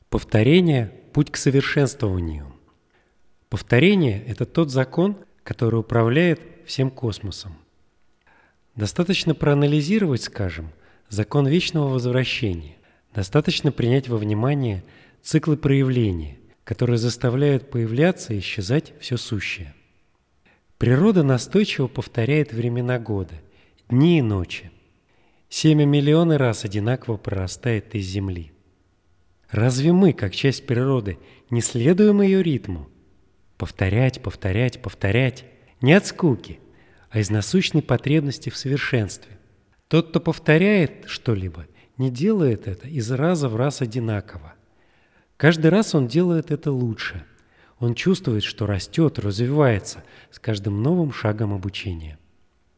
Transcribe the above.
Повторение – путь к совершенствованию. Повторение – это тот закон, который управляет всем космосом. Достаточно проанализировать, скажем, закон вечного возвращения. Достаточно принять во внимание циклы проявления, которые заставляют появляться и исчезать все сущее. Природа настойчиво повторяет времена года, дни и ночи. Семя миллионы раз одинаково прорастает из земли. Разве мы, как часть природы, не следуем ее ритму? Повторять, повторять, повторять. Не от скуки, а из насущной потребности в совершенстве. Тот, кто повторяет что-либо, не делает это из раза в раз одинаково. Каждый раз он делает это лучше. Он чувствует, что растет, развивается с каждым новым шагом обучения.